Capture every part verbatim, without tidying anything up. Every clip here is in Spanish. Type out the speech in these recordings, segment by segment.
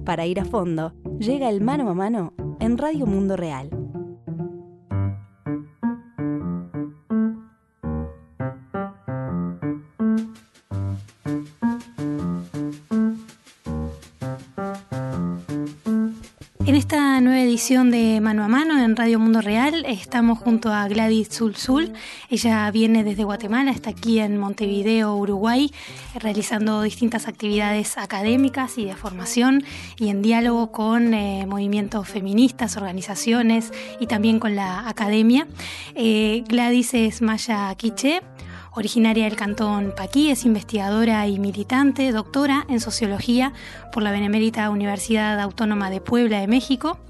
Para ir a fondo, llega el Mano a Mano en Radio Mundo Real. En esta nueva edición de Mano a Mano en Radio Mundo Real estamos junto a Gladys Zulzul. Ella viene desde Guatemala, está aquí en Montevideo, Uruguay, realizando distintas actividades académicas y de formación y en diálogo con eh, movimientos feministas, organizaciones y también con la academia. Eh, Gladys es maya quiché, originaria del cantón Paquí, es investigadora y militante, doctora en Sociología por la Benemérita Universidad Autónoma de Puebla de México.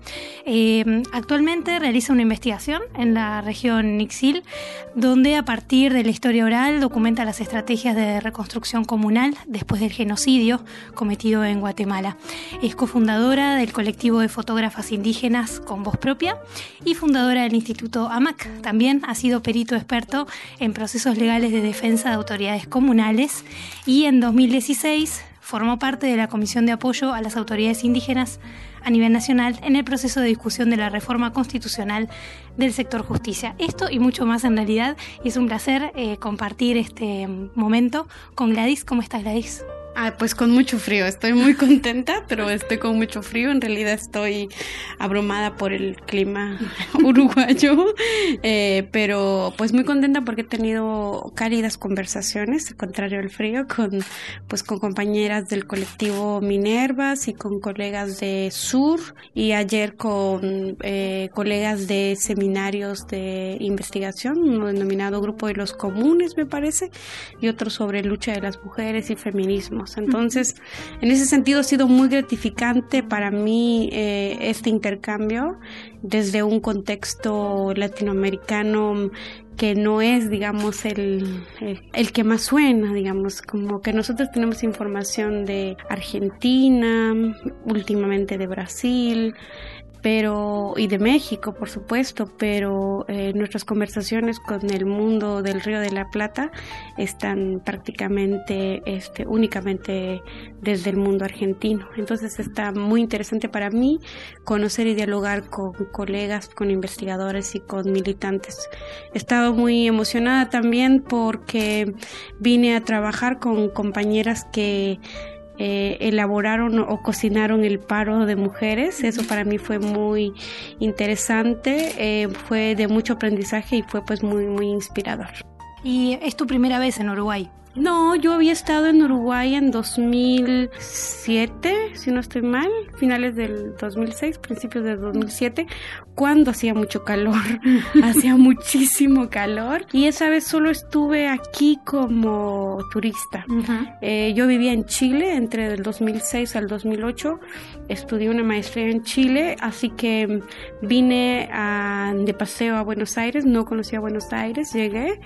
Eh, actualmente realiza una investigación en la región Ixil, donde a partir de la historia oral documenta las estrategias de reconstrucción comunal después del genocidio cometido en Guatemala. Es cofundadora del colectivo de fotógrafas indígenas Con Voz Propia y fundadora del Instituto AMAC. También ha sido perito experto en procesos legales de defensa de autoridades comunales y en dos mil dieciséis formó parte de la Comisión de Apoyo a las Autoridades Indígenas a nivel nacional en el proceso de discusión de la reforma constitucional del sector justicia. Esto y mucho más en realidad, y es un placer eh, compartir este momento con Gladys. ¿Cómo estás, Gladys? Ah, pues con mucho frío, estoy muy contenta, pero estoy con mucho frío, en realidad estoy abrumada por el clima uruguayo, eh, pero pues muy contenta porque he tenido cálidas conversaciones, al contrario del frío, con pues con compañeras del colectivo Minervas y con colegas de Sur, y ayer con eh, colegas de seminarios de investigación, uno denominado Grupo de los Comunes, me parece, y otro sobre lucha de las mujeres y feminismo. Entonces, en ese sentido ha sido muy gratificante para mí eh, este intercambio desde un contexto latinoamericano que no es, digamos, el, el, el que más suena, digamos, como que nosotros tenemos información de Argentina, últimamente de Brasil, pero y de México, por supuesto, pero eh, nuestras conversaciones con el mundo del Río de la Plata están prácticamente este, únicamente desde el mundo argentino. Entonces está muy interesante para mí conocer y dialogar con colegas, con investigadores y con militantes. He estado muy emocionada también porque vine a trabajar con compañeras que Eh, elaboraron o cocinaron el paro de mujeres. Eso para mí fue muy interesante, eh, fue de mucho aprendizaje y fue pues muy muy inspirador. ¿Y es tu primera vez en Uruguay? No, yo había estado en Uruguay en dos mil siete, si no estoy mal, finales del dos mil seis, principios del dos mil siete, cuando hacía mucho calor, hacía muchísimo calor, y esa vez solo estuve aquí como turista. Uh-huh. Eh, yo vivía en Chile entre el dos mil seis al dos mil ocho, estudié una maestría en Chile, así que vine a, de paseo a Buenos Aires, no conocía Buenos Aires, llegué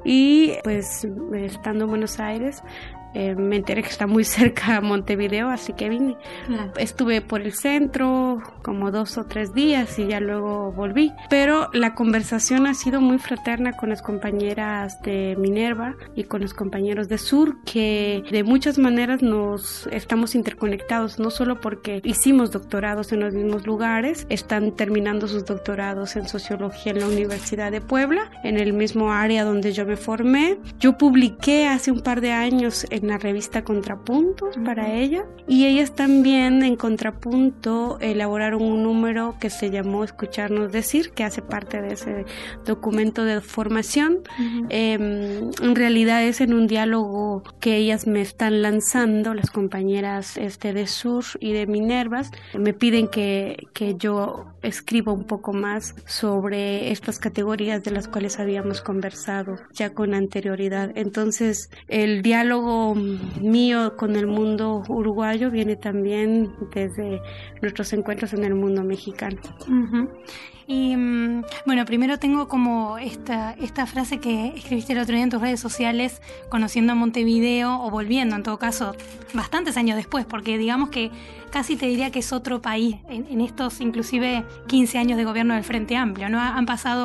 y pues estando en Buenos Aires eh, me enteré que está muy cerca a Montevideo, así que vine. Claro. Estuve por el centro como dos o tres días y ya luego volví, pero la conversación ha sido muy fraterna con las compañeras de Minerva y con los compañeros de Sur, que de muchas maneras nos estamos interconectados, no solo porque hicimos doctorados en los mismos lugares, están terminando sus doctorados en Sociología en la Universidad de Puebla, en el mismo área donde yo me formé. Yo publiqué hace un par de años en la revista Contrapuntos uh-huh. para ella, y ellas también en Contrapunto elaboraron un número que se llamó Escucharnos Decir, que hace parte de ese documento de formación. Uh-huh. Eh, en realidad es en un diálogo que ellas me están lanzando, las compañeras este, de Sur y de Minervas, me piden que, que yo escriba un poco más sobre estas categorías de las cuales habíamos conversado ya con anterioridad. Entonces el diálogo mío con el mundo uruguayo viene también desde nuestros encuentros en el mundo mexicano. Uh-huh. Y bueno, primero tengo como esta, esta frase que escribiste el otro día en tus redes sociales, conociendo a Montevideo, o volviendo en todo caso, bastantes años después, porque digamos que casi te diría que es otro país en, en estos inclusive quince años de gobierno del Frente Amplio, ¿no? Han pasado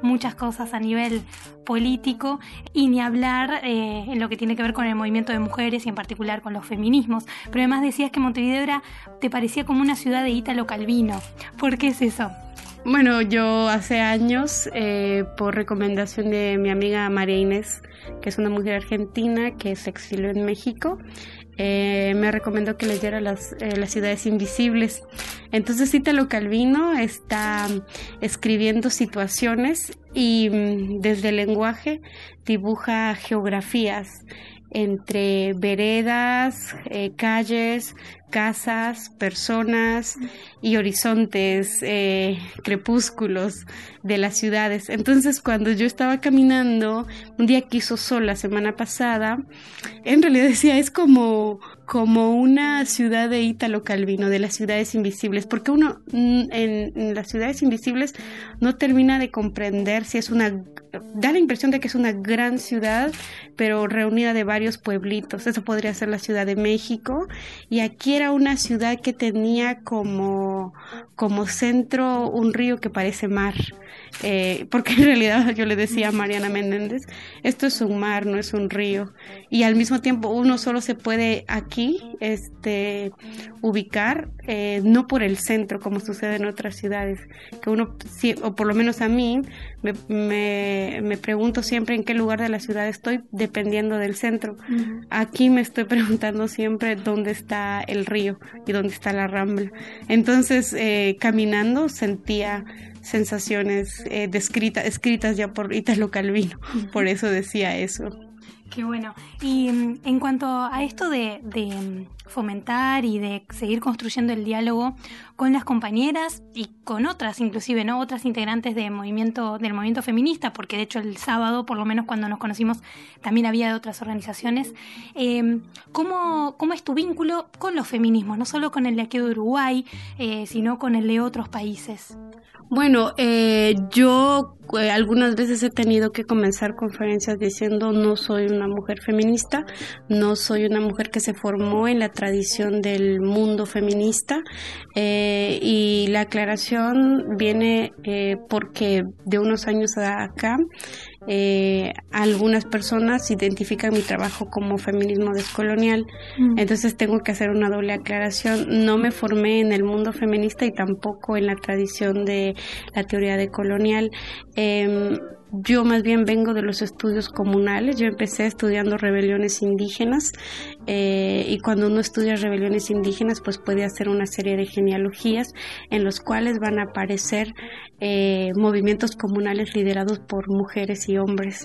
muchas cosas a nivel político y ni hablar eh, en lo que tiene que ver con el movimiento de mujeres y en particular con los feminismos. Pero además decías que Montevideo era, te parecía como una ciudad de Ítalo Calvino. ¿Por qué es eso? Bueno, yo hace años, eh, por recomendación de mi amiga María Inés, que es una mujer argentina que se exilió en México, eh, me recomendó que leyera las, eh, las ciudades invisibles. Entonces Ítalo Calvino está escribiendo situaciones y desde el lenguaje dibuja geografías entre veredas, eh, calles, casas, personas y horizontes, eh, crepúsculos de las ciudades. Entonces, cuando yo estaba caminando, un día que hizo sol la semana pasada, en realidad decía, es como, como una ciudad de Ítalo Calvino, de las ciudades invisibles, porque uno en, en las ciudades invisibles no termina de comprender si es una, da la impresión de que es una gran ciudad, pero reunida de varios pueblitos. Eso podría ser la Ciudad de México, y aquí era una ciudad que tenía como, como centro un río que parece mar, eh, porque en realidad yo le decía a Mariana Menéndez, esto es un mar, no es un río, y al mismo tiempo uno solo se puede aquí este, ubicar, eh, no por el centro como sucede en otras ciudades, que uno, o por lo menos a mí, me, me, me pregunto siempre en qué lugar de la ciudad estoy dependiendo del centro. Uh-huh. Aquí me estoy preguntando siempre dónde está el río y dónde está la Rambla. Entonces, eh, caminando sentía sensaciones eh, descritas, escritas ya por Ítalo Calvino, uh-huh. Por eso decía eso. Qué bueno. Y en cuanto a esto de, de fomentar y de seguir construyendo el diálogo con las compañeras y con otras, inclusive, ¿no? Otras integrantes de movimiento, del movimiento feminista, porque de hecho el sábado, por lo menos cuando nos conocimos, también había de otras organizaciones. Eh, ¿cómo, ¿Cómo es tu vínculo con los feminismos? No solo con el de aquí de Uruguay, eh, sino con el de otros países. Bueno, eh, yo eh, algunas veces he tenido que comenzar conferencias diciendo no soy una mujer feminista, no soy una mujer que se formó en la tradición del mundo feminista, eh, y la aclaración viene eh, porque de unos años acá eh, algunas personas identifican mi trabajo como feminismo descolonial, mm. Entonces tengo que hacer una doble aclaración. No me formé en el mundo feminista y tampoco en la tradición de la teoría decolonial. Eh, Yo más bien vengo de los estudios comunales. Yo empecé estudiando rebeliones indígenas, eh, y cuando uno estudia rebeliones indígenas pues puede hacer una serie de genealogías en los cuales van a aparecer eh, movimientos comunales liderados por mujeres y hombres.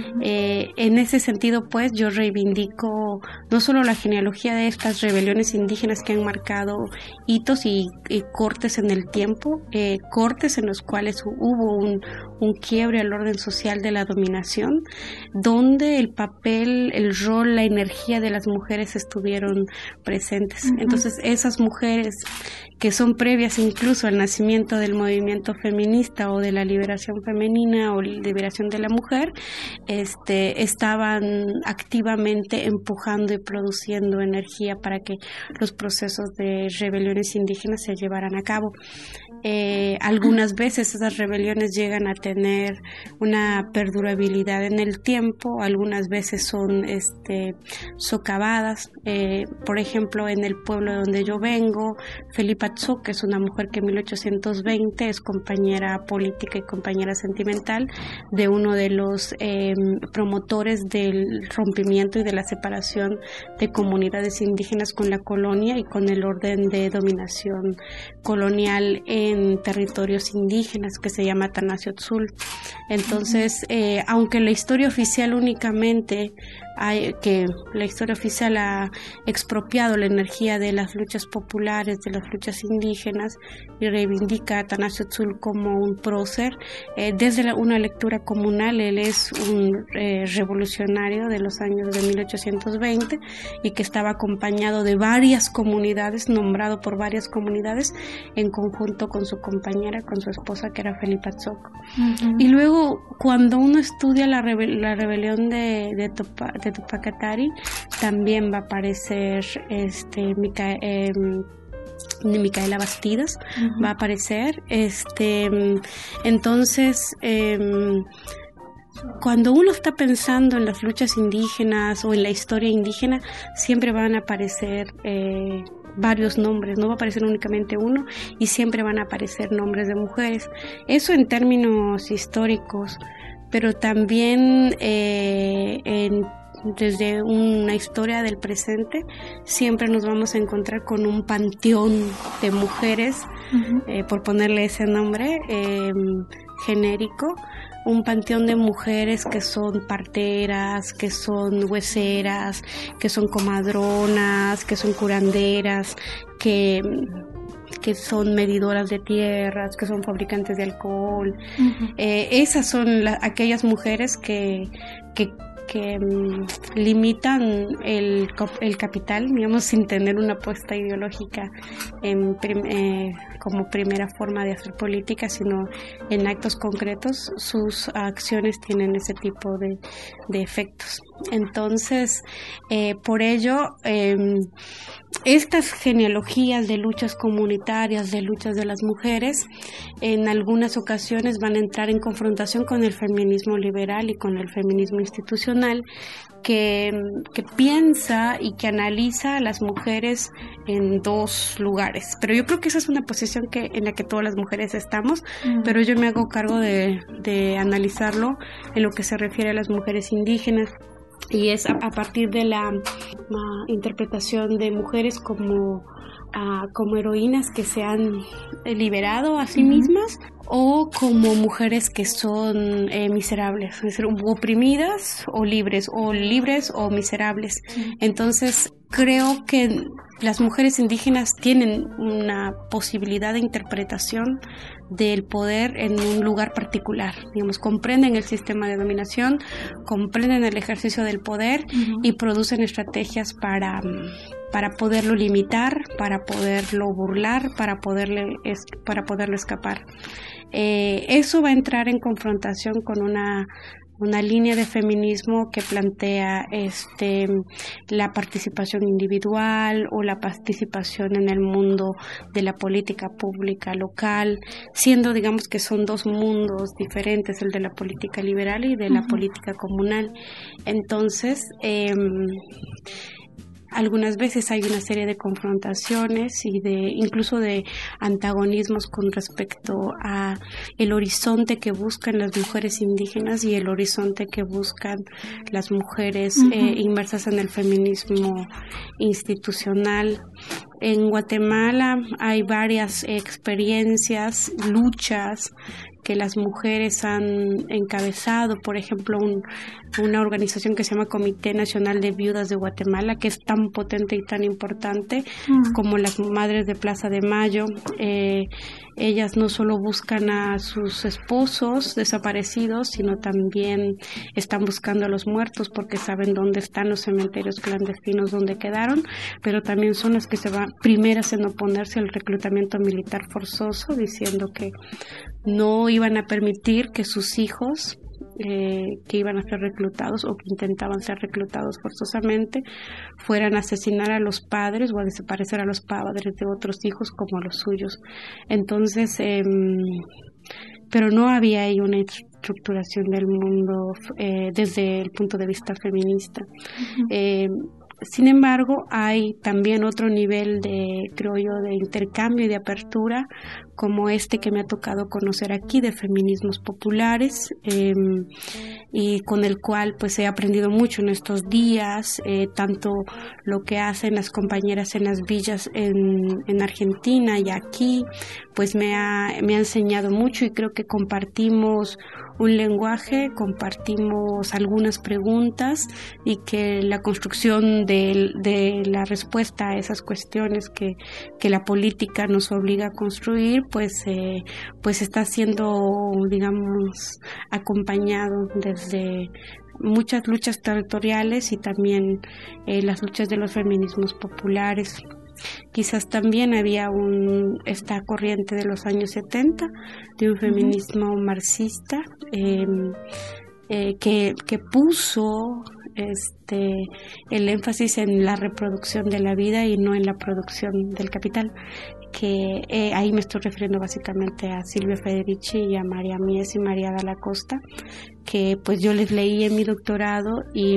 Eh, en ese sentido pues yo reivindico no solo la genealogía de estas rebeliones indígenas que han marcado hitos y, y cortes en el tiempo, eh, cortes en los cuales hubo un, un quiebre al orden social de la dominación, donde el papel, el rol, la energía de las mujeres estuvieron presentes. Uh-huh. Entonces esas mujeres que son previas incluso al nacimiento del movimiento feminista o de la liberación femenina o liberación de la mujer, este, estaban activamente empujando y produciendo energía para que los procesos de rebeliones indígenas se llevaran a cabo. Eh, algunas veces esas rebeliones llegan a tener una perdurabilidad en el tiempo, algunas veces son este, socavadas. Eh, por ejemplo, en el pueblo de donde yo vengo, Felipa Tzoc, que es una mujer que en mil ochocientos veinte es compañera política y compañera sentimental de uno de los eh, promotores del rompimiento y de la separación de comunidades indígenas con la colonia y con el orden de dominación colonial en territorios indígenas, que se llama Tanaciotzul. Entonces, eh, aunque la historia oficial únicamente hay, que la historia oficial ha expropiado la energía de las luchas populares, de las luchas indígenas, y reivindica a Tanaciotzul como un prócer, eh, desde la, una lectura comunal, él es un eh, revolucionario de los años de mil ochocientos veinte y que estaba acompañado de varias comunidades, nombrado por varias comunidades, en conjunto con su compañera, con su esposa, que era Felipa Tzoc. Uh-huh. Y luego, cuando uno estudia la, rebel- la rebelión de, de, Topa- de Tupac Katari, también va a aparecer este, Mica- eh, Micaela Bastidas uh-huh. va a aparecer. Este, entonces, eh, cuando uno está pensando en las luchas indígenas o en la historia indígena, siempre van a aparecer eh, varios nombres, no va a aparecer únicamente uno, y siempre van a aparecer nombres de mujeres. Eso en términos históricos, pero también eh, en desde una historia del presente, siempre nos vamos a encontrar con un panteón de mujeres, uh-huh. eh, por ponerle ese nombre eh, genérico, un panteón de mujeres que son parteras, que son hueseras, que son comadronas, que son curanderas, que... que son medidoras de tierras, que son fabricantes de alcohol. Uh-huh. Eh, esas son la, aquellas mujeres que, que que um, limitan el, el capital, digamos, sin tener una apuesta ideológica en prim, eh, como primera forma de hacer política, sino en actos concretos. Sus acciones tienen ese tipo de, de efectos. Entonces, eh, por ello, eh, estas genealogías de luchas comunitarias, de luchas de las mujeres, en algunas ocasiones van a entrar en confrontación con el feminismo liberal y con el feminismo institucional, que, que piensa y que analiza a las mujeres en dos lugares. Pero yo creo que esa es una posición que, en la que todas las mujeres estamos, uh-huh. pero yo me hago cargo de, de analizarlo en lo que se refiere a las mujeres indígenas. Y es a, a partir de la uh, interpretación de mujeres como, uh, como heroínas que se han liberado a sí uh-huh. mismas, o como mujeres que son eh, miserables, es decir, oprimidas o libres, o libres o miserables. Uh-huh. Entonces, creo que las mujeres indígenas tienen una posibilidad de interpretación del poder en un lugar particular. Digamos, comprenden el sistema de dominación, comprenden el ejercicio del poder uh-huh. y producen estrategias para, para poderlo limitar, para poderlo burlar, para poderle, es, para poderlo escapar. Eh, eso va a entrar en confrontación con una una línea de feminismo que plantea este la participación individual o la participación en el mundo de la política pública local, siendo, digamos, que son dos mundos diferentes, el de la política liberal y de uh-huh. la política comunal. Entonces, eh, algunas veces hay una serie de confrontaciones y de incluso de antagonismos con respecto a el horizonte que buscan las mujeres indígenas y el horizonte que buscan las mujeres uh-huh. eh, inmersas en el feminismo institucional. En Guatemala hay varias experiencias, luchas que las mujeres han encabezado, por ejemplo, un, una organización que se llama Comité Nacional de Viudas de Guatemala, que es tan potente y tan importante mm. como las Madres de Plaza de Mayo. Eh, ellas no solo buscan a sus esposos desaparecidos, sino también están buscando a los muertos porque saben dónde están los cementerios clandestinos donde quedaron, pero también son las que se van primeras en oponerse al reclutamiento militar forzoso, diciendo que no iban a permitir que sus hijos eh, que iban a ser reclutados o que intentaban ser reclutados forzosamente fueran a asesinar a los padres o a desaparecer a los padres de otros hijos como a los suyos. Entonces, eh, pero no había ahí una estructuración del mundo eh, desde el punto de vista feminista. Uh-huh. Eh, Sin embargo, hay también otro nivel de, creo yo, de intercambio y de apertura, como este que me ha tocado conocer aquí, de feminismos populares, eh, y con el cual pues he aprendido mucho en estos días, eh, tanto lo que hacen las compañeras en las villas en, en Argentina y aquí, pues me ha, me ha enseñado mucho, y creo que compartimos un lenguaje, compartimos algunas preguntas, y que la construcción de, de la respuesta a esas cuestiones que, que la política nos obliga a construir, pues, eh, pues está siendo, digamos, acompañado desde muchas luchas territoriales y también eh, las luchas de los feminismos populares. Quizás también había un, esta corriente de los años setenta de un feminismo marxista eh, eh, que, que puso este el énfasis en la reproducción de la vida y no en la producción del capital, que eh, ahí me estoy refiriendo básicamente a Silvia Federici y a María Mies y María Dalla Costa, que pues yo les leí en mi doctorado y,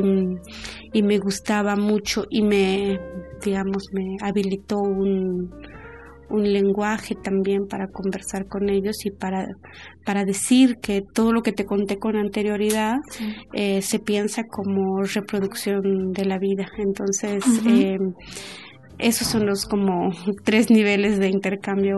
y me gustaba mucho y me, digamos, me habilitó un, un lenguaje también para conversar con ellos y para, para decir que todo lo que te conté con anterioridad sí. eh, se piensa como reproducción de la vida. Entonces, uh-huh. eh, esos son los como tres niveles de intercambio,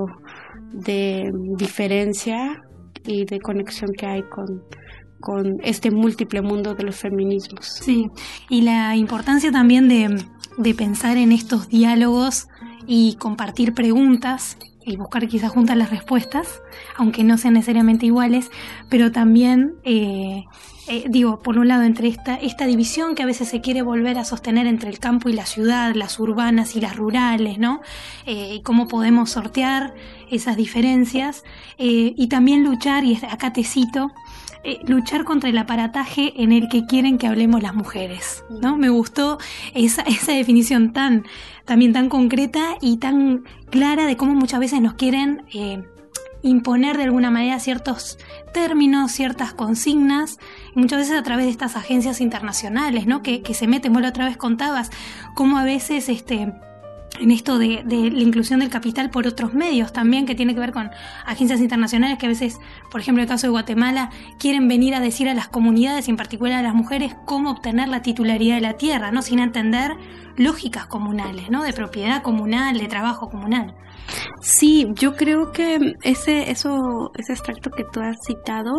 de diferencia y de conexión que hay con, con este múltiple mundo de los feminismos. Sí, y la importancia también de, de pensar en estos diálogos y compartir preguntas y buscar quizás juntas las respuestas, aunque no sean necesariamente iguales, pero también, eh, eh, digo, por un lado, entre esta, esta división que a veces se quiere volver a sostener entre el campo y la ciudad, las urbanas y las rurales, ¿no? Eh, y cómo podemos sortear esas diferencias, eh, y también luchar, y acá te cito, Eh, luchar contra el aparataje en el que quieren que hablemos las mujeres, ¿no? Me gustó esa, esa definición tan, también tan concreta y tan clara de cómo muchas veces nos quieren eh, imponer de alguna manera ciertos términos, ciertas consignas, y muchas veces a través de estas agencias internacionales, ¿no? Que, que se meten, vos la otra vez contabas, cómo a veces este en esto de, de la inclusión del capital por otros medios también, que tiene que ver con agencias internacionales que a veces, por ejemplo, en el caso de Guatemala, quieren venir a decir a las comunidades, y en particular a las mujeres, cómo obtener la titularidad de la tierra, ¿no? Sin entender lógicas comunales, ¿no? De propiedad comunal, de trabajo comunal. Sí, yo creo que ese, eso, ese extracto que tú has citado,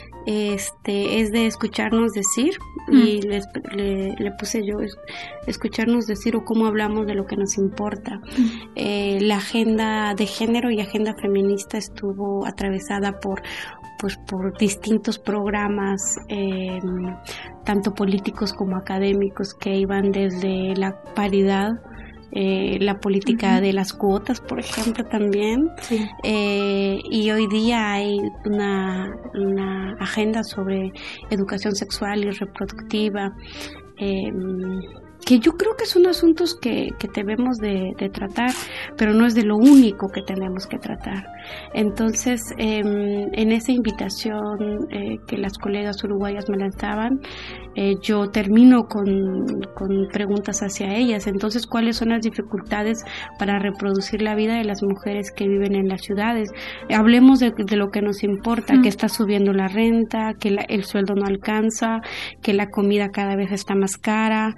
este, es de escucharnos decir, mm. y les, le, le puse yo escucharnos decir o cómo hablamos de lo que nos importa. Mm. Eh, la agenda de género y agenda feminista estuvo atravesada por, pues, por distintos programas, eh, tanto políticos como académicos, que iban desde la paridad, Eh, la política uh-huh. de las cuotas, por ejemplo, también, sí. eh, y hoy día hay una, una agenda sobre educación sexual y reproductiva, eh, que yo creo que son asuntos que, que debemos de, de tratar, pero no es de lo único que tenemos que tratar. Entonces, eh, en esa invitación eh, que las colegas uruguayas me lanzaban, eh, yo termino con, con preguntas hacia ellas. Entonces, ¿cuáles son las dificultades para reproducir la vida de las mujeres que viven en las ciudades? Hablemos de, de lo que nos importa, mm. que está subiendo la renta, que la, el sueldo no alcanza, que la comida cada vez está más cara.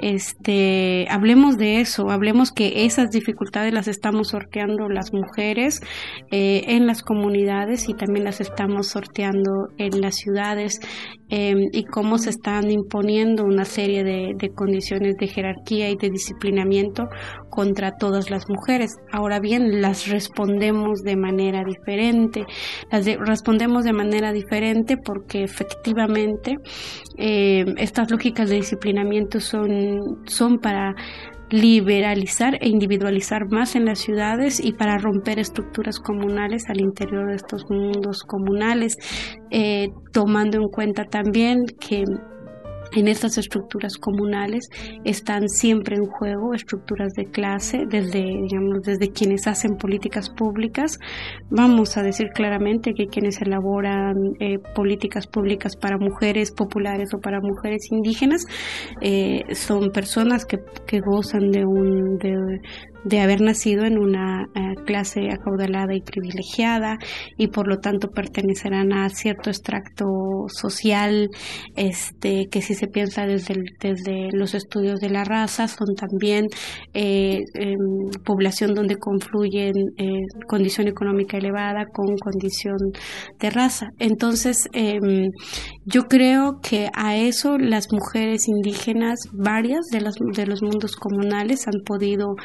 Este, hablemos de eso, hablemos que esas dificultades las estamos sorteando las mujeres eh, en las comunidades, y también las estamos sorteando en las ciudades, eh, y cómo se están imponiendo una serie de, de condiciones de jerarquía y de disciplinamiento contra todas las mujeres. Ahora bien, las respondemos de manera diferente, las de, respondemos de manera diferente porque efectivamente eh, estas lógicas de disciplinamiento son, son para liberalizar e individualizar más en las ciudades y para romper estructuras comunales al interior de estos mundos comunales, eh, tomando en cuenta también que en estas estructuras comunales están siempre en juego estructuras de clase, desde, digamos, desde quienes hacen políticas públicas. Vamos a decir claramente que quienes elaboran eh, políticas públicas para mujeres populares o para mujeres indígenas eh, son personas que, que gozan de un de, de haber nacido en una uh, clase acaudalada y privilegiada, y por lo tanto pertenecerán a cierto extracto social, este que si se piensa desde, el, desde los estudios de la raza, son también eh, eh, población donde confluyen eh, condición económica elevada con condición de raza. Entonces, eh, yo creo que a eso las mujeres indígenas, varias de, las, de los mundos comunales, han podido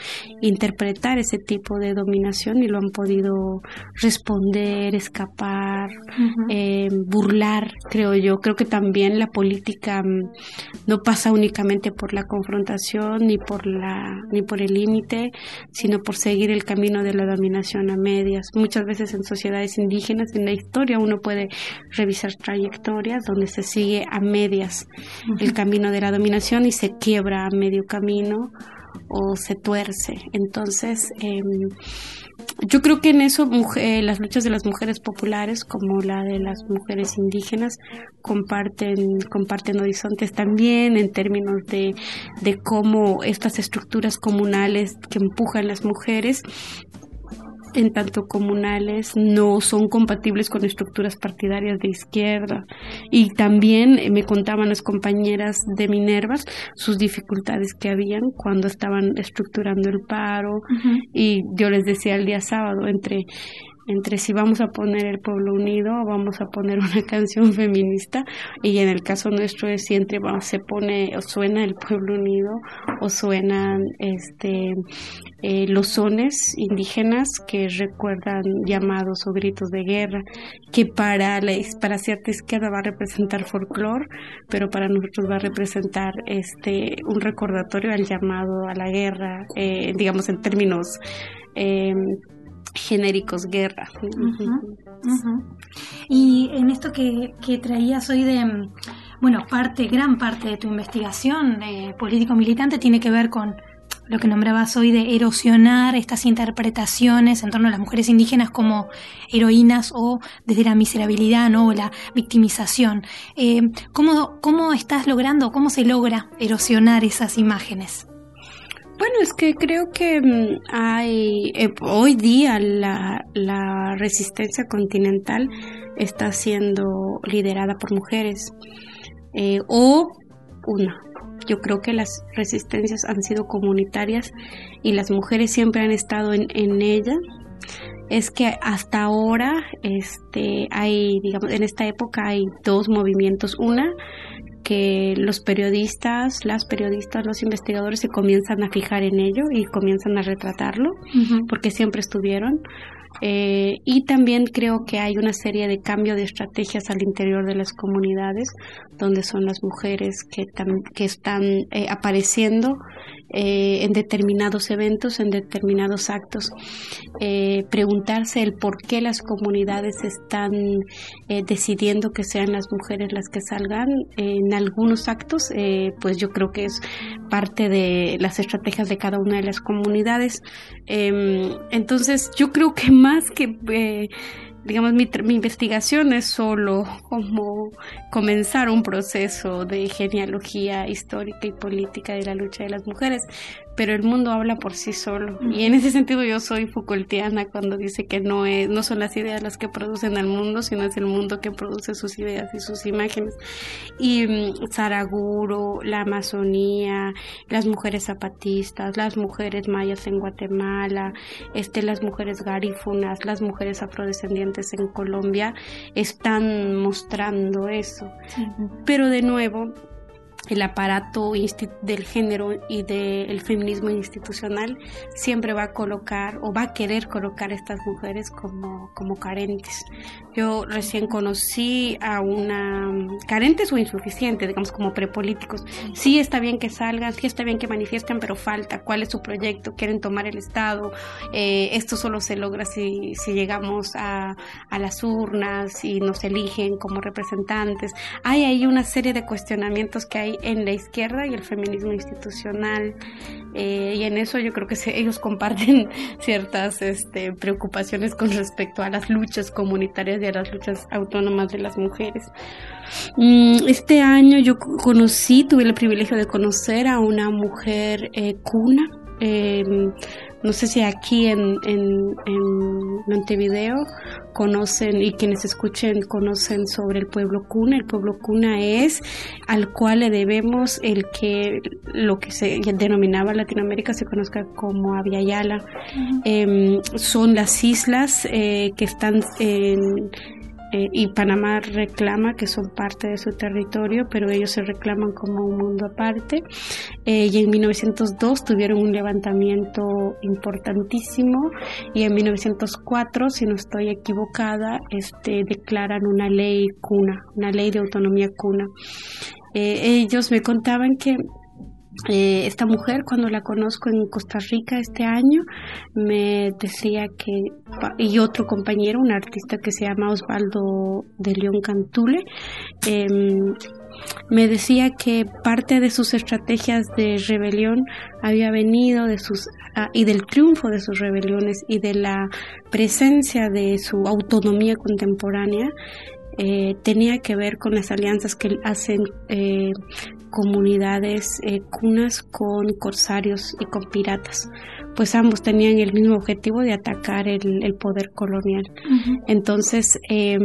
interpretar ese tipo de dominación y lo han podido responder, escapar, uh-huh. eh, burlar, creo yo. Creo que también la política no pasa únicamente por la confrontación ni por la ni por el límite, sino por seguir el camino de la dominación a medias. Muchas veces en sociedades indígenas, en la historia, uno puede revisar trayectorias donde se sigue a medias uh-huh. el camino de la dominación y se quiebra a medio camino o se tuerce. Entonces, eh, yo creo que en eso mujer, las luchas de las mujeres populares como la de las mujeres indígenas comparten comparten horizontes también en términos de, de cómo estas estructuras comunales que empujan las mujeres en tanto comunales no son compatibles con estructuras partidarias de izquierda. Y también me contaban las compañeras de Minervas sus dificultades que habían cuando estaban estructurando el paro. Uh-huh. Y yo les decía el día sábado, entre entre si vamos a poner El Pueblo Unido o vamos a poner una canción feminista, y en el caso nuestro es si entre vamos, se pone o suena El Pueblo Unido o suenan este eh, los sones indígenas que recuerdan llamados o gritos de guerra, que para la para cierta izquierda va a representar folclore, pero para nosotros va a representar este un recordatorio al llamado a la guerra, eh, digamos en términos eh, genéricos, guerra. Uh-huh, uh-huh. Y en esto que, que traías hoy de, bueno, parte, gran parte de tu investigación de político-militante tiene que ver con lo que nombrabas hoy de erosionar estas interpretaciones en torno a las mujeres indígenas como heroínas o desde la miserabilidad, ¿no? O la victimización. Eh, ¿cómo, ¿Cómo estás logrando, cómo se logra erosionar esas imágenes? Bueno, es que creo que hay eh, hoy día la, la resistencia continental está siendo liderada por mujeres. Eh, o una, yo creo que las resistencias han sido comunitarias y las mujeres siempre han estado en, en ella. Es que hasta ahora, este, hay, digamos, en esta época hay dos movimientos. Una, que los periodistas, las periodistas, los investigadores se comienzan a fijar en ello y comienzan a retratarlo, uh-huh. porque siempre estuvieron. Eh, y también creo que hay una serie de cambios de estrategias al interior de las comunidades, donde son las mujeres que, tam- que están eh, apareciendo eh, en determinados eventos, en determinados actos. Eh, preguntarse el por qué las comunidades están eh, decidiendo que sean las mujeres las que salgan en algunos actos, eh, pues yo creo que es parte de las estrategias de cada una de las comunidades. Eh, entonces yo creo que más que eh, digamos mi, mi investigación es solo como comenzar un proceso de genealogía histórica y política de la lucha de las mujeres, pero el mundo habla por sí solo, y en ese sentido yo soy Foucaultiana cuando dice que no es no son las ideas las que producen al mundo, sino es el mundo que produce sus ideas y sus imágenes. Y um, Saraguro, la Amazonía, las mujeres zapatistas, las mujeres mayas en Guatemala, este las mujeres garífunas, las mujeres afrodescendientes en Colombia están mostrando eso. Sí. Pero de nuevo, el aparato insti- del género y del feminismo institucional siempre va a colocar o va a querer colocar a estas mujeres como, como carentes. Yo recién conocí a una carentes o insuficientes, digamos como prepolíticos. Sí está bien que salgan, sí está bien que manifiesten, pero falta. ¿Cuál es su proyecto? ¿Quieren tomar el Estado? Eh, esto solo se logra si, si llegamos a, a las urnas y nos eligen como representantes. Hay ahí una serie de cuestionamientos que hay en la izquierda y el feminismo institucional, eh, y en eso yo creo que se, ellos comparten ciertas este, preocupaciones con respecto a las luchas comunitarias y a las luchas autónomas de las mujeres. Este año yo conocí, tuve el privilegio de conocer a una mujer eh, cuna. Eh, no sé si aquí en, en, en Montevideo conocen, y quienes escuchen conocen sobre el pueblo cuna. El pueblo cuna es al cual le debemos el que lo que se denominaba Latinoamérica se conozca como Abya Yala. Uh-huh. Eh, son las islas eh, que están en eh, y Panamá reclama que son parte de su territorio, pero ellos se reclaman como un mundo aparte. Eh, y en mil novecientos dos tuvieron un levantamiento importantísimo, y en mil novecientos cuatro, si no estoy equivocada, este, declaran una ley cuna, una ley de autonomía cuna. Eh, ellos me contaban que Eh, esta mujer, cuando la conozco en Costa Rica este año, me decía que, y otro compañero, un artista que se llama Osvaldo de León Cantule, eh, me decía que parte de sus estrategias de rebelión había venido de sus uh, y del triunfo de sus rebeliones y de la presencia de su autonomía contemporánea. Eh, tenía que ver con las alianzas que hacen eh, comunidades eh, cunas con corsarios y con piratas, pues ambos tenían el mismo objetivo de atacar el, el poder colonial. Uh-huh. Entonces eh,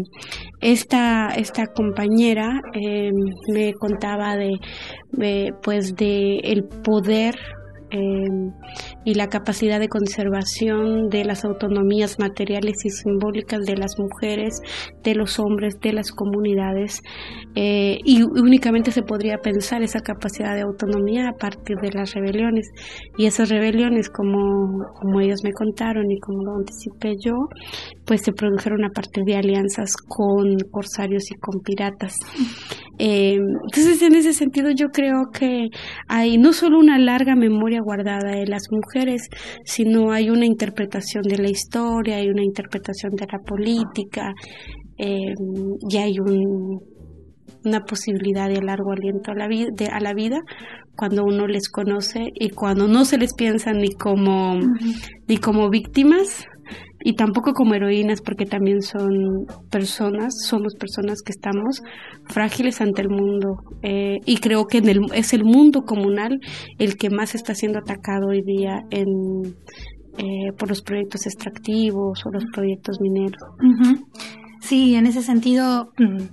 esta esta compañera eh, me contaba de, de pues de el poder Eh, y la capacidad de conservación de las autonomías materiales y simbólicas de las mujeres, de los hombres, de las comunidades, eh, y únicamente se podría pensar esa capacidad de autonomía a partir de las rebeliones, y esas rebeliones, como, como ellos me contaron y como lo anticipé yo, pues se produjeron a partir de alianzas con corsarios y con piratas. Eh, entonces, en ese sentido, yo creo que hay no solo una larga memoria guardada de las mujeres, sino hay una interpretación de la historia, hay una interpretación de la política, eh, y hay un, una posibilidad de largo aliento a la, vi- de, a la vida cuando uno les conoce y cuando no se les piensa ni como, uh-huh. ni como víctimas, y tampoco como heroínas, porque también son personas, somos personas que estamos frágiles ante el mundo, eh, y creo que en el, es el mundo comunal el que más está siendo atacado hoy día en, eh, por los proyectos extractivos o los proyectos mineros. Uh-huh. Sí, en ese sentido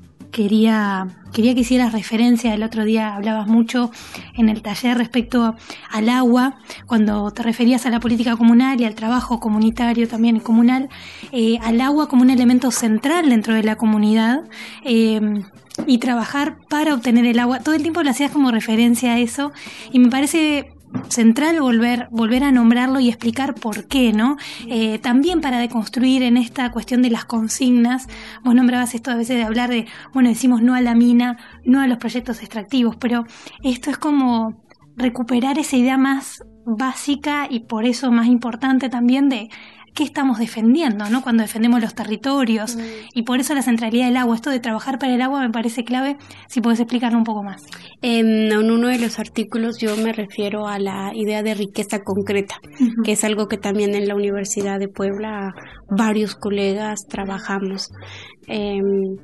quería quería que hicieras referencia. El otro día hablabas mucho en el taller respecto al agua, cuando te referías a la política comunal y al trabajo comunitario también comunal, eh, al agua como un elemento central dentro de la comunidad, eh, y trabajar para obtener el agua. Todo el tiempo le hacías como referencia a eso, y me parece central volver volver a nombrarlo y explicar por qué, ¿no? Eh, también para deconstruir en esta cuestión de las consignas. Vos nombrabas esto a veces de hablar de, bueno, decimos no a la mina, no a los proyectos extractivos, pero esto es como recuperar esa idea más básica y por eso más importante también de qué estamos defendiendo, ¿no? Cuando defendemos los territorios, mm. y por eso la centralidad del agua, esto de trabajar para el agua me parece clave. Si podés explicarlo un poco más. En, en uno de los artículos yo me refiero a la idea de riqueza concreta, uh-huh. que es algo que también en la Universidad de Puebla varios colegas trabajamos. Eh,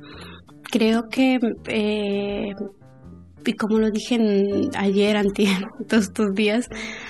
creo que eh, y como lo dije en, ayer, antier, todos estos días,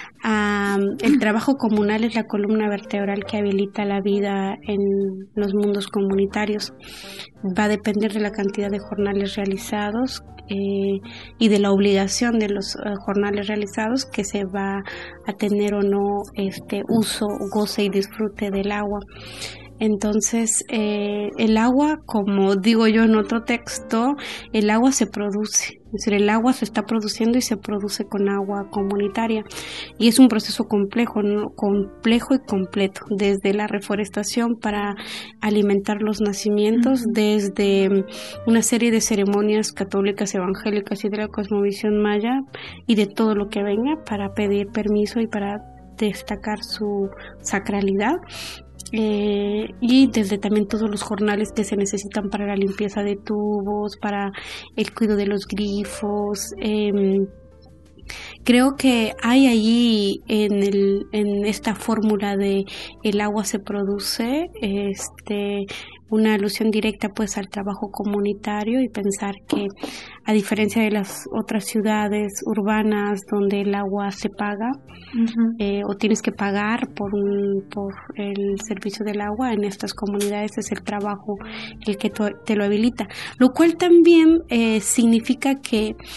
Um, el trabajo comunal es la columna vertebral que habilita la vida en los mundos comunitarios. Va a depender de la cantidad de jornales realizados eh, y de la obligación de los uh, jornales realizados, que se va a tener o no este uso, goce y disfrute del agua. Entonces, eh, el agua, como digo yo en otro texto, el agua se produce, es decir, el agua se está produciendo y se produce con agua comunitaria, y es un proceso complejo, ¿no? complejo y completo, desde la reforestación para alimentar los nacimientos, uh-huh. desde una serie de ceremonias católicas, evangélicas y de la cosmovisión maya, y de todo lo que venga para pedir permiso y para destacar su sacralidad. Eh, y desde también todos los jornales que se necesitan para la limpieza de tubos, para el cuidado de los grifos. Eh, creo que hay allí en, el, en esta fórmula de el agua se produce, este, una alusión directa pues al trabajo comunitario, y pensar que a diferencia de las otras ciudades urbanas donde el agua se paga, uh-huh. eh, o tienes que pagar por un, por el servicio del agua, en estas comunidades es el trabajo el que to- te lo habilita, lo cual también eh, significa que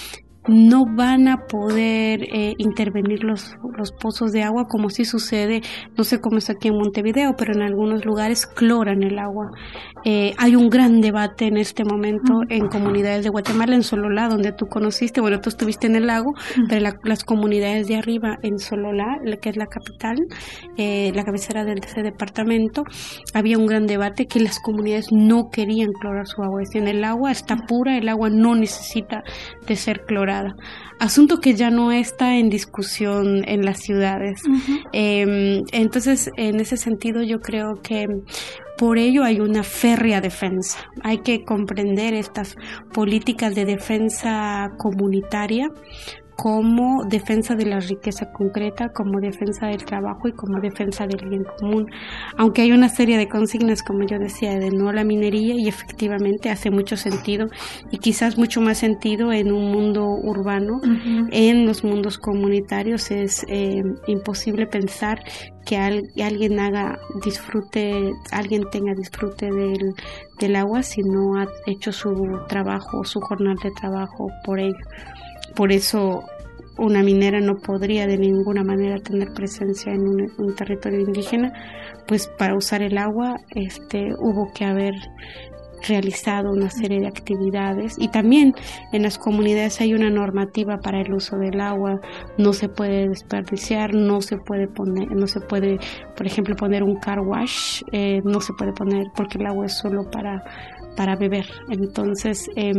no van a poder eh, intervenir los, los pozos de agua como sí sucede, no sé cómo es aquí en Montevideo, pero en algunos lugares cloran el agua. Eh, hay un gran debate en este momento en comunidades de Guatemala, en Sololá, donde tú conociste, bueno, tú estuviste en el lago, pero la, las comunidades de arriba, en Sololá, que es la capital, eh, la cabecera de ese departamento, había un gran debate que las comunidades no querían clorar su agua. Decían, el agua está pura, el agua no necesita de ser clorada. Asunto que ya no está en discusión en las ciudades. Uh-huh. Eh, entonces, en ese sentido, yo creo que por ello hay una férrea defensa. Hay que comprender estas políticas de defensa comunitaria como defensa de la riqueza concreta, como defensa del trabajo y como defensa del bien común. Aunque hay una serie de consignas, como yo decía, de no a la minería, y efectivamente hace mucho sentido, y quizás mucho más sentido en un mundo urbano. Uh-huh. En los mundos comunitarios es eh, imposible pensar que al, alguien haga disfrute, alguien tenga disfrute del, del agua si no ha hecho su trabajo, su jornada de trabajo por ello. Por eso una minera no podría de ninguna manera tener presencia en un, un territorio indígena, pues para usar el agua este, hubo que haber realizado una serie de actividades, y también en las comunidades hay una normativa para el uso del agua. No se puede desperdiciar, no se puede poner, no se puede, por ejemplo, poner un car wash, eh, no se puede poner porque el agua es solo para, para beber. Entonces, eh,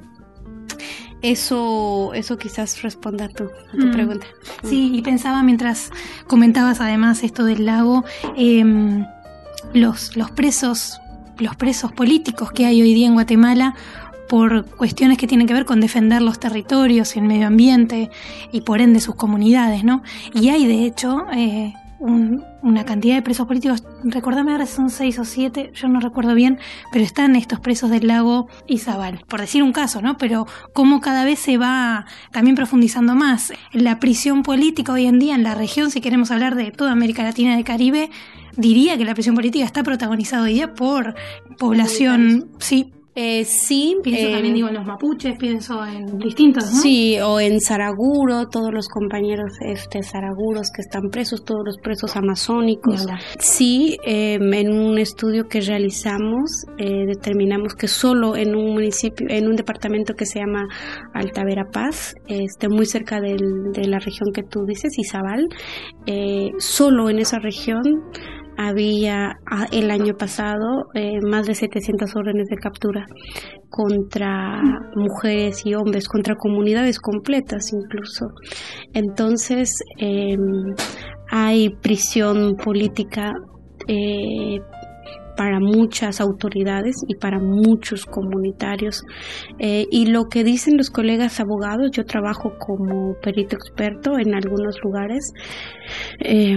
Eso, eso quizás responda a tu, a tu mm. pregunta. Sí, y pensaba mientras comentabas además esto del lago, eh, los, los presos, los presos políticos que hay hoy día en Guatemala por cuestiones que tienen que ver con defender los territorios y el medio ambiente y por ende sus comunidades, ¿no? Y hay de hecho eh, un, una cantidad de presos políticos, recordame ahora si son seis o siete, yo no recuerdo bien, pero están estos presos del lago Izabal, por decir un caso, ¿no? Pero cómo cada vez se va también profundizando más. La prisión política hoy en día en la región, si queremos hablar de toda América Latina y el Caribe, diría que la prisión política está protagonizada hoy día por población, sí, Eh, sí, pienso eh, también digo en los mapuches, pienso en distintos, ¿no? Sí, o en Saraguro, todos los compañeros este Saraguros que están presos, todos los presos amazónicos. Hola. Sí, eh, en un estudio que realizamos eh, determinamos que solo en un municipio, en un departamento que se llama Alta Verapaz, este, muy cerca del, de la región que tú dices, Izabal, eh, solo en esa región había el año pasado eh, más de setecientas órdenes de captura contra mujeres y hombres, contra comunidades completas incluso. Entonces eh, hay prisión política eh, para muchas autoridades y para muchos comunitarios. Eh, y lo que dicen los colegas abogados, yo trabajo como perito experto en algunos lugares, eh,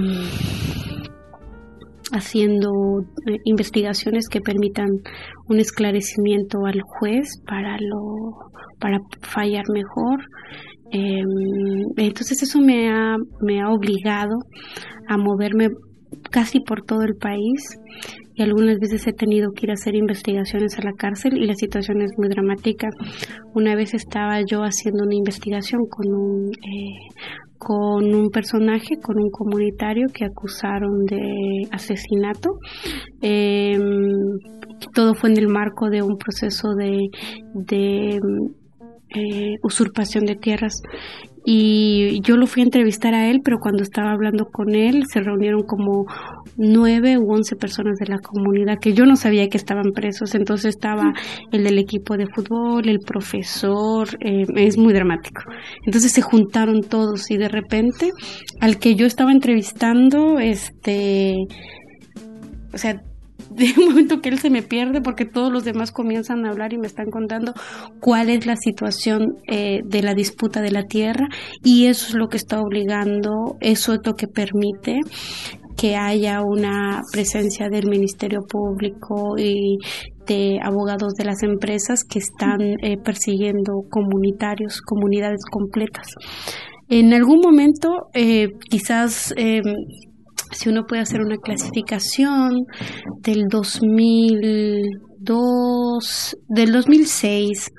haciendo eh, investigaciones que permitan un esclarecimiento al juez para lo para fallar mejor. Eh, entonces eso me ha me ha obligado a moverme casi por todo el país, y algunas veces he tenido que ir a hacer investigaciones a la cárcel y la situación es muy dramática. Una vez estaba yo haciendo una investigación con un eh, con un personaje, con un comunitario que acusaron de asesinato. Eh, todo fue en el marco de un proceso de, de eh, usurpación de tierras. Y yo lo fui a entrevistar a él, pero cuando estaba hablando con él se reunieron como nueve u once personas de la comunidad que yo no sabía que estaban presos. Entonces estaba el del equipo de fútbol, el profesor, eh, es muy dramático. Entonces se juntaron todos y de repente al que yo estaba entrevistando, este, o sea, de un momento que él se me pierde porque todos los demás comienzan a hablar y me están contando cuál es la situación eh, de la disputa de la tierra, y eso es lo que está obligando, eso es lo que permite que haya una presencia del Ministerio Público y de abogados de las empresas que están eh, persiguiendo comunitarios, comunidades completas. En algún momento eh, quizás eh, si uno puede hacer una clasificación del dos mil dos, del dos mil seis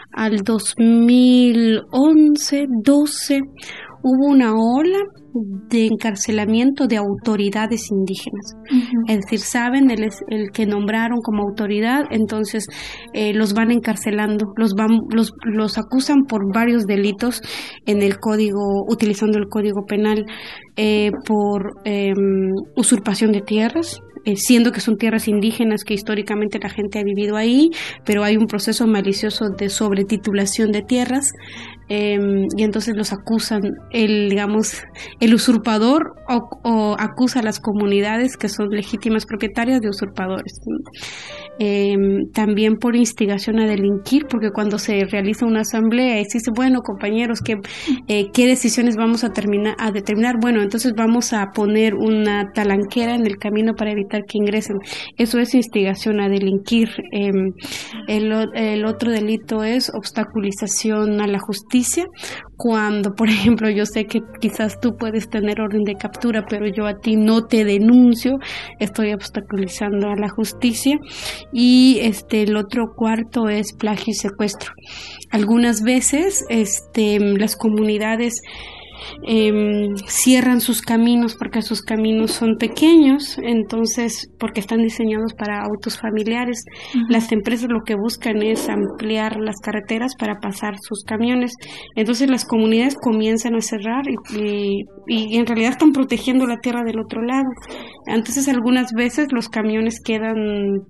al dos mil once, doce, hubo una ola de encarcelamiento de autoridades indígenas. Uh-huh. Es decir, saben el, el que nombraron como autoridad, entonces eh, los van encarcelando, los van, los, los acusan por varios delitos en el código, utilizando el código penal, eh, por eh, usurpación de tierras, eh, siendo que son tierras indígenas que históricamente la gente ha vivido ahí, pero hay un proceso malicioso de sobretitulación de tierras. Eh, y entonces los acusan, el digamos el usurpador o, o acusa a las comunidades que son legítimas propietarias de usurpadores. Eh, también por instigación a delinquir, porque cuando se realiza una asamblea y se dice, bueno, compañeros, ¿qué, eh, ¿qué decisiones vamos a, terminar, a determinar? Bueno, entonces vamos a poner una talanquera en el camino para evitar que ingresen. Eso es instigación a delinquir. Eh, el, el otro delito es obstaculización a la justicia, cuando, por ejemplo, yo sé que quizás tú puedes tener orden de captura, pero yo a ti no te denuncio, estoy obstaculizando a la justicia. Y este el otro cuarto es plagio y secuestro. Algunas veces este las comunidades eh, cierran sus caminos porque sus caminos son pequeños, entonces porque están diseñados para autos familiares. Uh-huh. Las empresas lo que buscan es ampliar las carreteras para pasar sus camiones, entonces las comunidades comienzan a cerrar y, y, y en realidad están protegiendo la tierra del otro lado. Entonces algunas veces los camiones quedan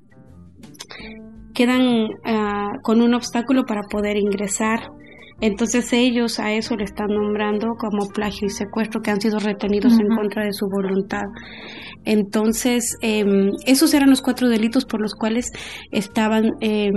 quedan uh, con un obstáculo para poder ingresar. Entonces ellos a eso le están nombrando como plagio y secuestro, que han sido retenidos uh-huh. en contra de su voluntad. Entonces eh, esos eran los cuatro delitos por los cuales estaban eh,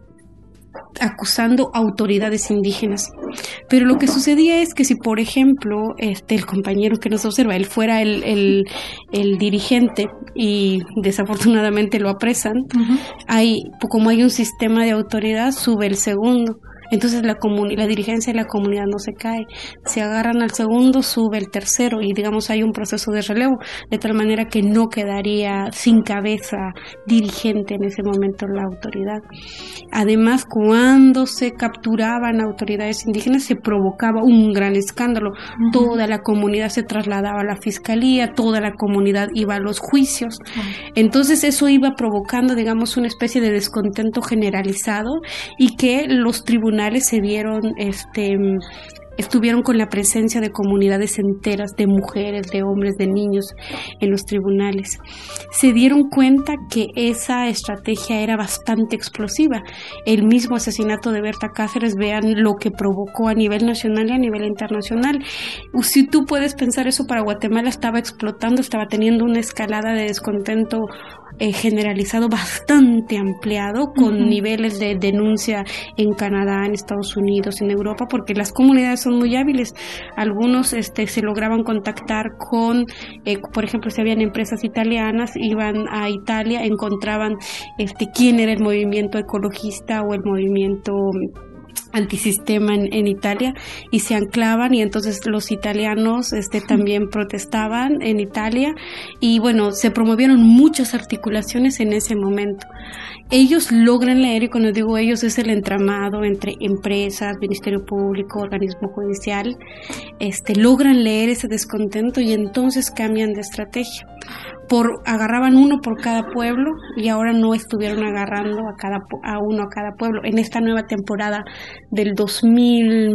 acusando autoridades indígenas. Pero lo que sucedía es que si, por ejemplo, este el compañero que nos observa, él fuera el, el, el dirigente y desafortunadamente lo apresan, uh-huh. hay, como hay un sistema de autoridad, sube el segundo. Entonces la comuni- la dirigencia de la comunidad no se cae. Se agarran al segundo, sube el tercero y digamos hay un proceso de relevo, de tal manera que no quedaría sin cabeza dirigente en ese momento la autoridad. Además, cuando se capturaban autoridades indígenas se provocaba un gran escándalo. Uh-huh. Toda la comunidad se trasladaba a la fiscalía, toda la comunidad iba a los juicios. Uh-huh. Entonces eso iba provocando, digamos, una especie de descontento generalizado y que los tribunales se vieron, este, estuvieron con la presencia de comunidades enteras, de mujeres, de hombres, de niños en los tribunales. Se dieron cuenta que esa estrategia era bastante explosiva. El mismo asesinato de Berta Cáceres, vean lo que provocó a nivel nacional y a nivel internacional. Si tú puedes pensar eso para Guatemala, estaba explotando, estaba teniendo una escalada de descontento Eh, generalizado bastante ampliado, con uh-huh. niveles de denuncia en Canadá, en Estados Unidos, en Europa, porque las comunidades son muy hábiles. Algunos este, se lograban contactar con, eh, por ejemplo, si habían empresas italianas, iban a Italia, encontraban este, quién era el movimiento ecologista o el movimiento antisistema en, en Italia y se anclaban, y entonces los italianos este también protestaban en Italia y bueno, se promovieron muchas articulaciones en ese momento. Ellos logran leer, y cuando digo ellos es el entramado entre empresas, Ministerio Público, organismo judicial, este logran leer ese descontento y entonces cambian de estrategia. Por agarraban uno por cada pueblo y ahora no estuvieron agarrando a cada a uno a cada pueblo. En esta nueva temporada del dos mil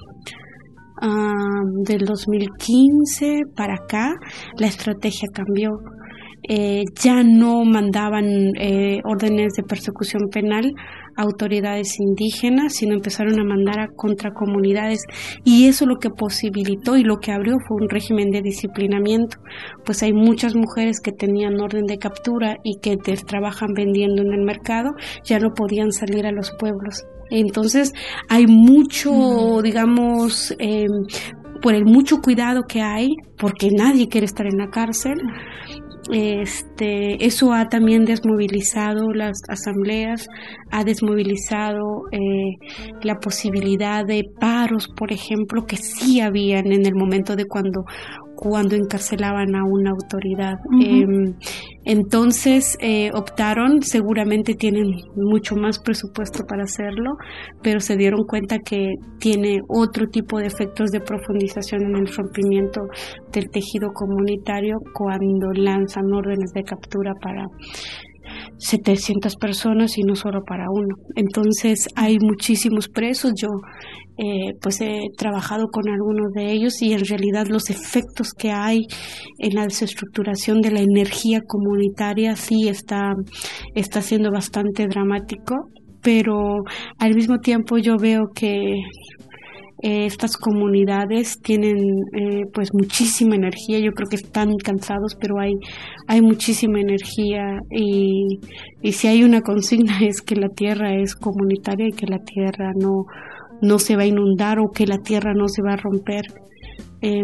uh, del dos mil quince para acá la estrategia cambió. Eh, ya no mandaban eh, órdenes de persecución penal a autoridades indígenas, sino empezaron a mandar a contracomunidades, y eso lo que posibilitó y lo que abrió fue un régimen de disciplinamiento. Pues hay muchas mujeres que tenían orden de captura y que trabajan vendiendo en el mercado, ya no podían salir a los pueblos. Entonces hay mucho, mm. digamos, eh, por el mucho cuidado que hay, porque nadie quiere estar en la cárcel. Este, eso ha también desmovilizado las asambleas, ha desmovilizado eh, la posibilidad de paros, por ejemplo, que sí habían en el momento de cuando cuando encarcelaban a una autoridad. Uh-huh. Eh, entonces eh, optaron, seguramente tienen mucho más presupuesto para hacerlo, pero se dieron cuenta que tiene otro tipo de efectos de profundización en el rompimiento del tejido comunitario cuando lanzan órdenes de captura para setecientas personas y no solo para uno. Entonces hay muchísimos presos. Yo eh, pues he trabajado con algunos de ellos y en realidad los efectos que hay en la desestructuración de la energía comunitaria sí está, está siendo bastante dramático, pero al mismo tiempo yo veo que Eh, estas comunidades tienen eh, pues muchísima energía. Yo creo que están cansados, pero hay hay muchísima energía y, y si hay una consigna es que la tierra es comunitaria y que la tierra no, no se va a inundar o que la tierra no se va a romper. Eh,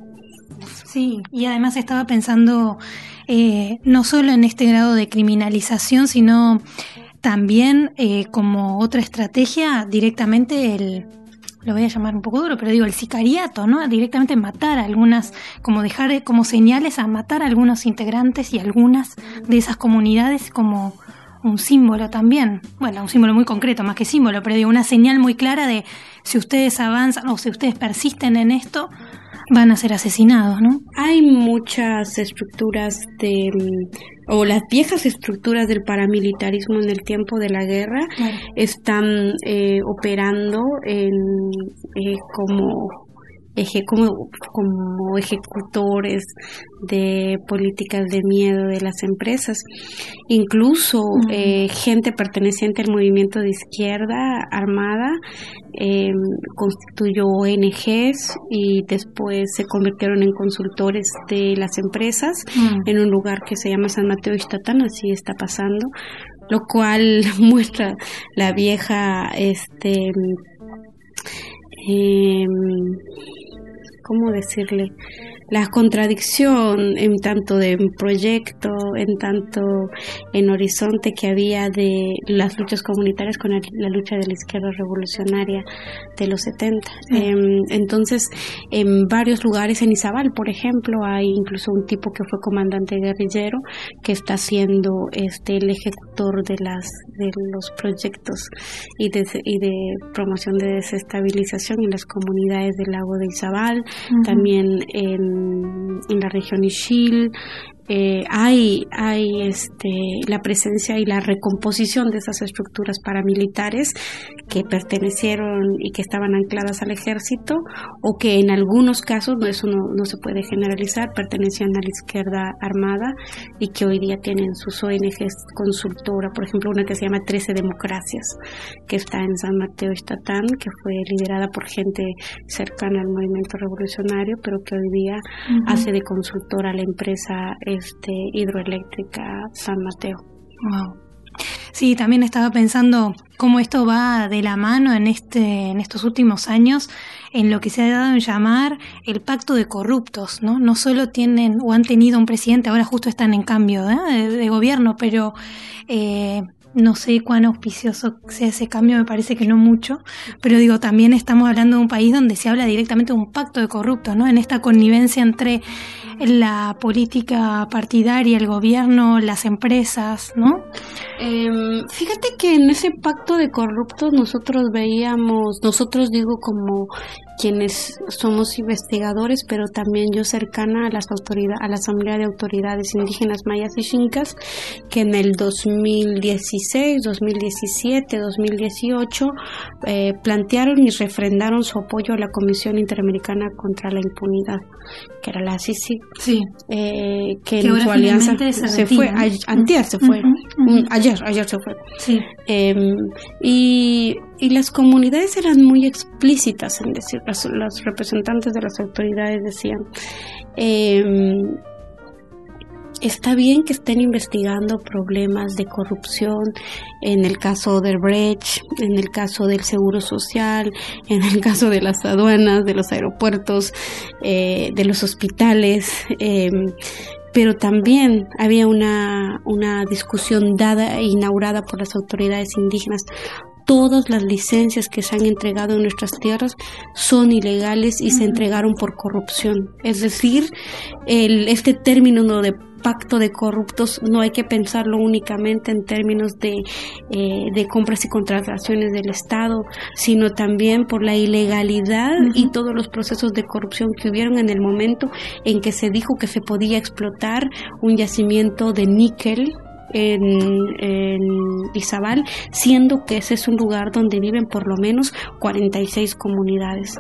Sí, y además estaba pensando eh, no solo en este grado de criminalización, sino también eh, como otra estrategia directamente el... lo voy a llamar un poco duro, pero digo, el sicariato, ¿no? Directamente matar a algunas, como dejar como señales a matar a algunos integrantes y algunas de esas comunidades como un símbolo también. Bueno, un símbolo muy concreto, más que símbolo, pero digo, una señal muy clara de si ustedes avanzan o si ustedes persisten en esto, van a ser asesinados, ¿no? Hay muchas estructuras de, o las viejas estructuras del paramilitarismo en el tiempo de la guerra, claro, están eh, operando en, eh, como, eje, como, como ejecutores de políticas de miedo de las empresas. Incluso uh-huh. eh, gente perteneciente al movimiento de izquierda armada eh, constituyó O N Ges y después se convirtieron en consultores de las empresas uh-huh. en un lugar que se llama San Mateo Ixtatán. Así está pasando, lo cual muestra la vieja este eh, ¿cómo decirle? La contradicción en tanto de proyecto, en tanto en horizonte que había de las luchas comunitarias con la lucha de la izquierda revolucionaria de los setenta. Sí. Eh, entonces, en varios lugares, en Izabal, por ejemplo, hay incluso un tipo que fue comandante guerrillero que está siendo este el ejecutor de las de los proyectos y de, y de promoción de desestabilización en las comunidades del lago de Izabal, uh-huh. también en en la región Ixil. Eh, hay hay este la presencia y la recomposición de esas estructuras paramilitares que pertenecieron y que estaban ancladas al ejército o que en algunos casos, no, eso no, no se puede generalizar, pertenecían a la izquierda armada y que hoy día tienen sus O N Ges consultora, por ejemplo una que se llama trece Democracias, que está en San Mateo Ixtatán, que fue liderada por gente cercana al movimiento revolucionario, pero que hoy día uh-huh. hace de consultora a la empresa Este, hidroeléctrica San Mateo. Wow. Sí, también estaba pensando cómo esto va de la mano en este en estos últimos años en lo que se ha dado en llamar el pacto de corruptos, ¿no? No solo tienen o han tenido un presidente, ahora justo están en cambio ¿eh? de, de gobierno, pero eh, no sé cuán auspicioso sea ese cambio, me parece que no mucho, pero digo, también estamos hablando de un país donde se habla directamente de un pacto de corruptos, ¿no? En esta connivencia entre la política partidaria, el gobierno, las empresas, ¿no? Eh, fíjate que en ese pacto de corruptos nosotros veíamos, nosotros digo como quienes somos investigadores, pero también yo cercana a las autoridades, a la Asamblea de Autoridades Indígenas Mayas y Xincas, que en el dos mil dieciséis, dos mil diecisiete, dos mil dieciocho eh, plantearon y refrendaron su apoyo a la Comisión Interamericana contra la Impunidad, que era la C I C I, sí. eh, que, que en su alianza se, se fue, a, antier se fue, uh-huh, uh-huh. ayer, ayer se fue. Sí. Eh, y, y las comunidades eran muy explícitas en decir, las, los representantes de las autoridades decían, eh, está bien que estén investigando problemas de corrupción en el caso del Brecht, en el caso del Seguro Social, en el caso de las aduanas, de los aeropuertos, eh, de los hospitales, eh, pero también había una, una discusión dada e inaugurada por las autoridades indígenas. todas las licencias que se han entregado en nuestras tierras son ilegales y uh-huh. se entregaron por corrupción. Es decir, el, este término de pacto de corruptos no hay que pensarlo únicamente en términos de, eh, de compras y contrataciones del Estado, sino también por la ilegalidad uh-huh. y todos los procesos de corrupción que hubieron en el momento en que se dijo que se podía explotar un yacimiento de níquel En, en Izabal, siendo que ese es un lugar donde viven por lo menos cuarenta y seis comunidades.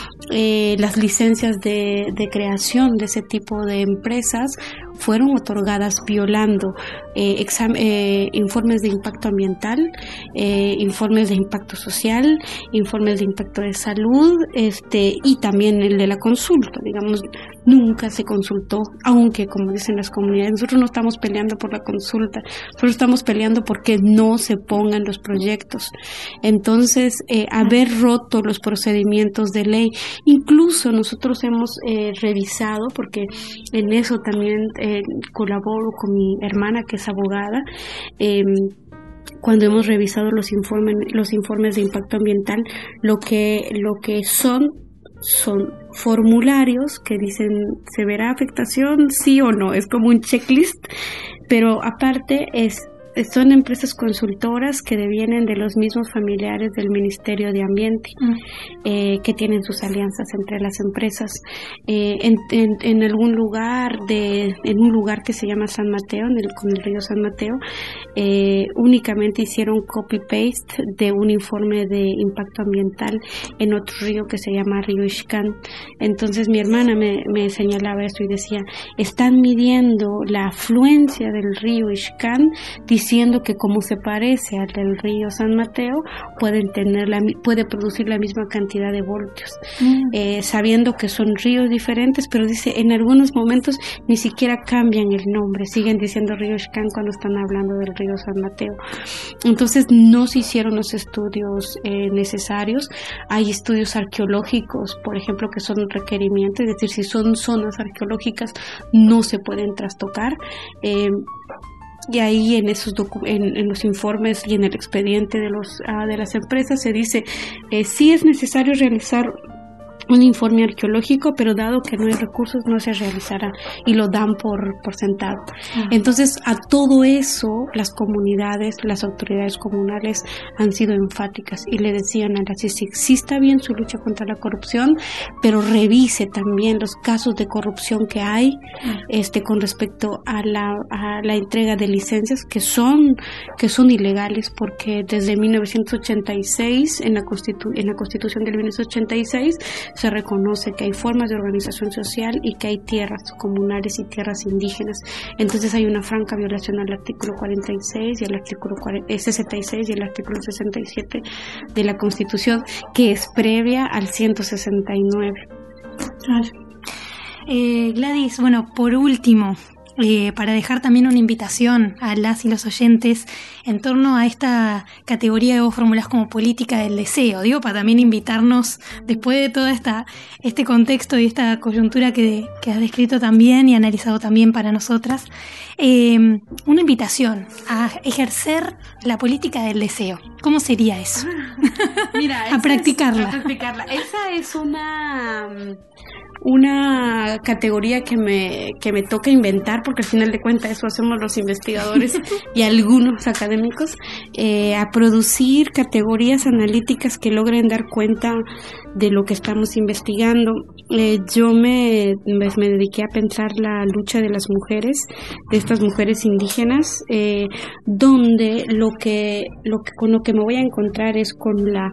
Eh, las licencias de, de creación de ese tipo de empresas fueron otorgadas violando eh, exam- eh, informes de impacto ambiental, eh, informes de impacto social, informes de impacto de salud, este y también el de la consulta. Digamos, nunca se consultó, aunque como dicen las comunidades, nosotros no estamos peleando por la consulta, nosotros estamos peleando porque no se pongan los proyectos. Entonces, eh, haber roto los procedimientos de ley, incluso nosotros hemos eh, revisado, porque en eso también eh, colaboro con mi hermana que es abogada, eh, cuando hemos revisado los informes, los informes de impacto ambiental, lo que, lo que son son formularios que dicen ¿se verá afectación? Sí o no, es como un checklist, pero aparte es son empresas consultoras que devienen de los mismos familiares del Ministerio de Ambiente, mm. eh, que tienen sus alianzas entre las empresas. Eh, en, en, en algún lugar, de, en un lugar que se llama San Mateo, en el, con el río San Mateo, eh, únicamente hicieron copy-paste de un informe de impacto ambiental en otro río que se llama Río Ixcán. Entonces mi hermana me, me señalaba esto y decía, están midiendo la afluencia del río Ixcán, diciendo que como se parece al del río San Mateo, pueden tener la, puede producir la misma cantidad de voltios, mm. eh, sabiendo que son ríos diferentes, pero dice, en algunos momentos ni siquiera cambian el nombre, siguen diciendo río Ixcán cuando están hablando del río San Mateo. Entonces no se hicieron los estudios eh, necesarios. Hay estudios arqueológicos, por ejemplo, que son un requerimiento, es decir, si son zonas arqueológicas no se pueden trastocar. Eh, Y ahí en esos docu- en, en los informes y en el expediente de los uh, de las empresas se dice eh, sí es necesario realizar un informe arqueológico, pero dado que no hay recursos no se realizará y lo dan por, por sentado. Uh-huh. Entonces a todo eso las comunidades, las autoridades comunales han sido enfáticas y le decían a la C I C I C, sí está bien su lucha contra la corrupción, pero revise también los casos de corrupción que hay uh-huh. este con respecto a la, a la entrega de licencias que son, que son ilegales, porque desde mil novecientos ochenta y seis en la, Constitu- en la Constitución del mil novecientos ochenta y seis se reconoce que hay formas de organización social y que hay tierras comunales y tierras indígenas. Entonces hay una franca violación al artículo cuarenta y seis y al artículo sesenta y seis y al artículo sesenta y siete de la Constitución, que es previa al ciento sesenta y nueve. Claro. Eh, Gladys, bueno, por último, Eh, para dejar también una invitación a las y los oyentes en torno a esta categoría que vos formulás como política del deseo, digo, para también invitarnos, después de todo esta, este contexto y esta coyuntura que, que has descrito también y analizado también para nosotras, eh, una invitación a ejercer la política del deseo. ¿Cómo sería eso? Mira, a practicarla. Es, a practicarla. Esa es una... una categoría que me que me toca inventar, porque al final de cuentas eso hacemos los investigadores y algunos académicos, eh, a producir categorías analíticas que logren dar cuenta de lo que estamos investigando. Eh, yo me, me, me dediqué a pensar la lucha de las mujeres, de estas mujeres indígenas, eh, donde lo que, lo que con lo que me voy a encontrar es con la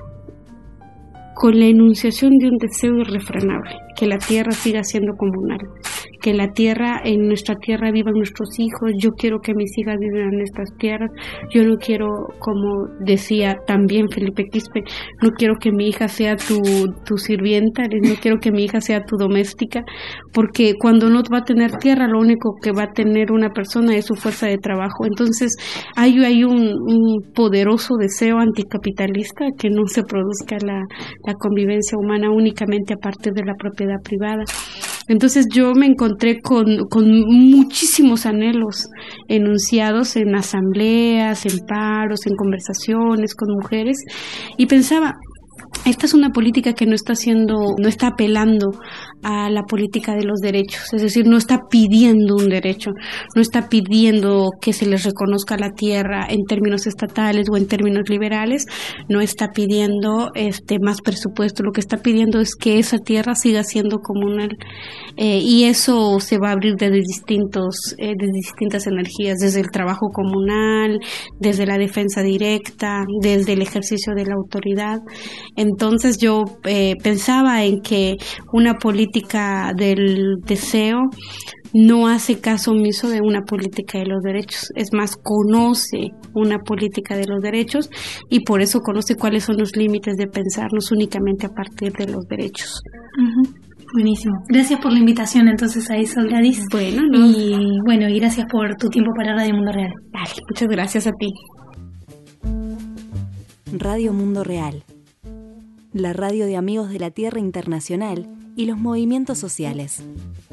con la enunciación de un deseo irrefrenable, que la tierra siga siendo comunal, que la tierra, en nuestra tierra vivan nuestros hijos. Yo quiero que mis hijas vivan en estas tierras. Yo no quiero, como decía también Felipe Quispe, no quiero que mi hija sea tu, tu sirvienta, no quiero que mi hija sea tu doméstica, porque cuando no va a tener tierra, lo único que va a tener una persona es su fuerza de trabajo. Entonces hay, hay un, un poderoso deseo anticapitalista, que no se produzca la, la convivencia humana únicamente a partir de la propiedad privada. Entonces yo me encontré con, con muchísimos anhelos enunciados en asambleas, en paros, en conversaciones con mujeres, y pensaba, esta es una política que no está haciendo, no está apelando a la política de los derechos, es decir, no está pidiendo un derecho, no está pidiendo que se les reconozca la tierra en términos estatales o en términos liberales, no está pidiendo este más presupuesto, lo que está pidiendo es que esa tierra siga siendo comunal, eh, y eso se va a abrir desde distintos, eh, desde distintas energías, desde el trabajo comunal, desde la defensa directa, desde el ejercicio de la autoridad. Entonces yo eh, pensaba en que una política del deseo no hace caso omiso de una política de los derechos, es más, conoce una política de los derechos y por eso conoce cuáles son los límites de pensarnos únicamente a partir de los derechos. Uh-huh. Buenísimo. Gracias por la invitación entonces a eso, Gladys. Bueno, ¿no? Y bueno, y gracias por tu tiempo para Radio Mundo Real. Vale, muchas gracias a ti. Radio Mundo Real, la radio de Amigos de la Tierra Internacional y los movimientos sociales.